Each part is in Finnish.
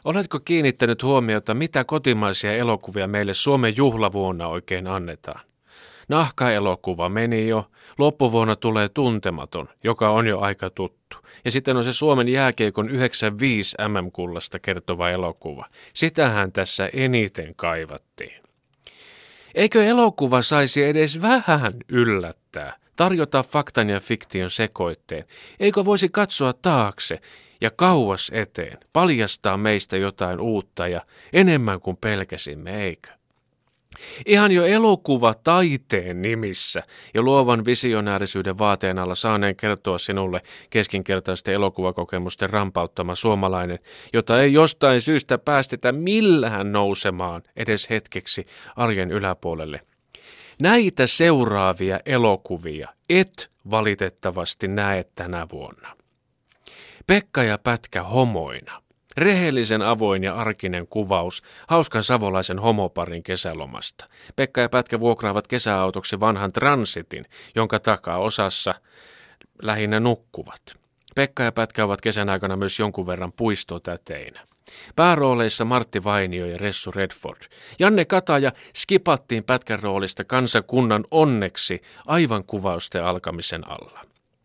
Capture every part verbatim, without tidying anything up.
Oletko kiinnittänyt huomiota, mitä kotimaisia elokuvia meille Suomen juhlavuonna oikein annetaan? Nahka-elokuva meni jo, loppuvuonna tulee Tuntematon, joka on jo aika tuttu. Ja sitten on se Suomen jääkiekon yhdeksänkymmentäviisi M M-kullasta kertova elokuva. Sitähän tässä eniten kaivattiin. Eikö elokuva saisi edes vähän yllättää, tarjota faktan ja fiktion sekoitteen? Eikö voisi katsoa taakse ja kauas eteen, paljastaa meistä jotain uutta ja enemmän kuin pelkäsimme, eikö? Ihan jo elokuva taiteen nimissä ja luovan visionäärisyyden vaateen alla saaneen kertoa sinulle keskinkertaisten elokuvakokemusten rampauttama suomalainen, jota ei jostain syystä päästetä millään nousemaan edes hetkeksi arjen yläpuolelle. Näitä seuraavia elokuvia et valitettavasti näe tänä vuonna. Pekka ja Pätkä homoina. Rehellisen avoin ja arkinen kuvaus hauskan savolaisen homoparin kesälomasta. Pekka ja Pätkä vuokraavat kesäautoksi vanhan Transitin, jonka takaa osassa lähinnä nukkuvat. Pekka ja Pätkä ovat kesän aikana myös jonkun verran puistotäteinä. Päärooleissa Martti Vainio ja Ressu Redford. Janne Kataja skipattiin Pätkän roolista kansakunnan onneksi aivan kuvausten alkamisen alla.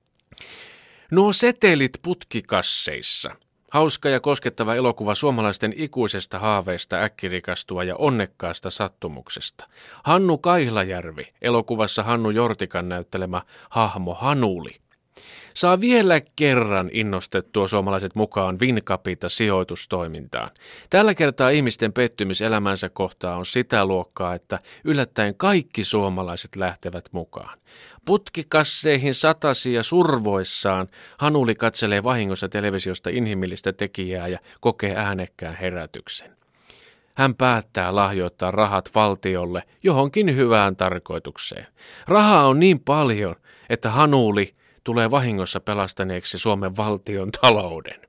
Nuo setelit putkikasseissa. Hauska ja koskettava elokuva suomalaisten ikuisesta haaveesta, äkkirikastua ja onnekkaasta sattumuksesta. Hannu Kailajärvi, elokuvassa Hannu Jortikan näyttelemä hahmo Hanuli. Saa vielä kerran innostettua suomalaiset mukaan Wincapita sijoitustoimintaan. Tällä kertaa ihmisten pettymys elämänsä kohtaan on sitä luokkaa, että yllättäen kaikki suomalaiset lähtevät mukaan. Putkikasseihin satasi ja survoissaan Hanuli katselee vahingossa televisiosta inhimillistä tekijää ja kokee äänekkään herätyksen. Hän päättää lahjoittaa rahat valtiolle johonkin hyvään tarkoitukseen. Rahaa on niin paljon, että Hanuli tulee vahingossa pelastaneeksi Suomen valtion talouden.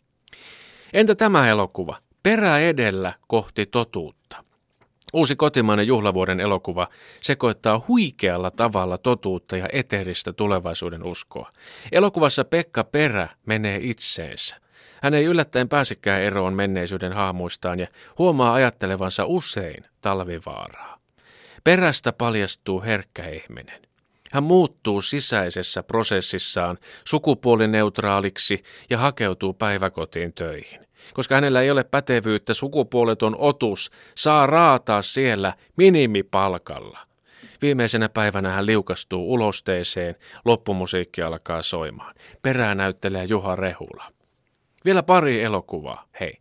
Entä tämä elokuva? Perä edellä kohti totuutta. Uusi kotimainen juhlavuoden elokuva sekoittaa huikealla tavalla totuutta ja eteeristä tulevaisuuden uskoa. Elokuvassa Pekka Perä menee itseensä. Hän ei yllättäen pääsekään eroon menneisyyden hahmoistaan ja huomaa ajattelevansa usein Talvivaaraa. Perästä paljastuu herkkä ihminen. Hän muuttuu sisäisessä prosessissaan sukupuolineutraaliksi ja hakeutuu päiväkotiin töihin. Koska hänellä ei ole pätevyyttä, sukupuoleton otus saa raataa siellä minimipalkalla. Viimeisenä päivänä hän liukastuu ulosteeseen, loppumusiikki alkaa soimaan. Perää näyttelee Juha Rehula. Vielä pari elokuvaa, hei.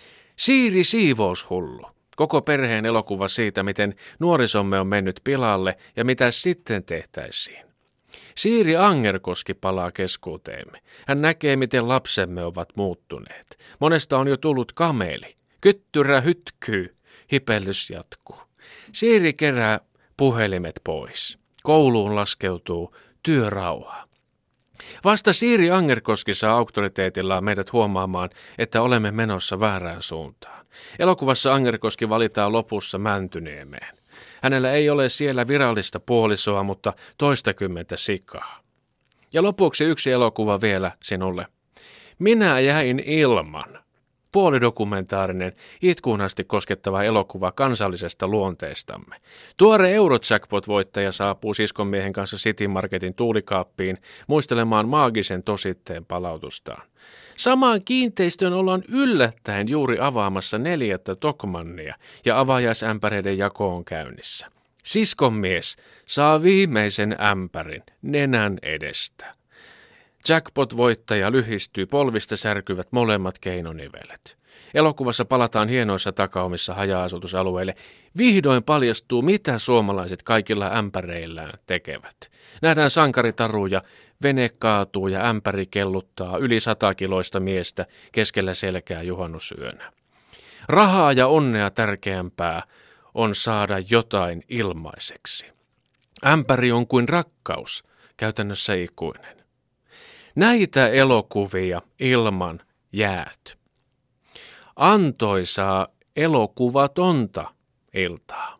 Siiri siivoushullu. Koko perheen elokuva siitä, miten nuorisomme on mennyt pilalle ja mitä sitten tehtäisiin. Siiri Angerkoski palaa keskuuteemme. Hän näkee, miten lapsemme ovat muuttuneet. Monesta on jo tullut kameli. Kyttyrä hytkyy. Hipellys jatkuu. Siiri kerää puhelimet pois. Kouluun laskeutuu työrauha. Vasta Siiri Angerkoski saa auktoriteetillaan meidät huomaamaan, että olemme menossa väärään suuntaan. Elokuvassa Angerkoski valitaan lopussa Mäntyniemeen. Hänellä ei ole siellä virallista puolisoa, mutta toistakymmentä sikaa. Ja lopuksi yksi elokuva vielä sinulle. Minä jäin ilman. Puolidokumentaarinen, itkuun asti koskettava elokuva kansallisesta luonteestamme. Tuore Eurojackpot-voittaja saapuu siskonmiehen kanssa City Marketin tuulikaappiin muistelemaan maagisen tositteen palautustaan. Samaan kiinteistöön ollaan yllättäen juuri avaamassa neljättä Tokmannia ja avajaisämpäreiden jako on käynnissä. Siskonmies saa viimeisen ämpärin nenän edestä. Jackpot-voittaja lyhistyy, polvista särkyvät molemmat keinonivelet. Elokuvassa palataan hienoissa takaumissa haja-asutusalueille. Vihdoin paljastuu, mitä suomalaiset kaikilla ämpäreillään tekevät. Nähdään sankaritaruja, vene kaatuu ja ämpäri kelluttaa yli satakiloista miestä keskellä selkää juhannusyönä. Rahaa ja onnea tärkeämpää on saada jotain ilmaiseksi. Ämpäri on kuin rakkaus, käytännössä ikuinen. Näitä elokuvia ilman jäät. Antoisaa elokuvatonta iltaa.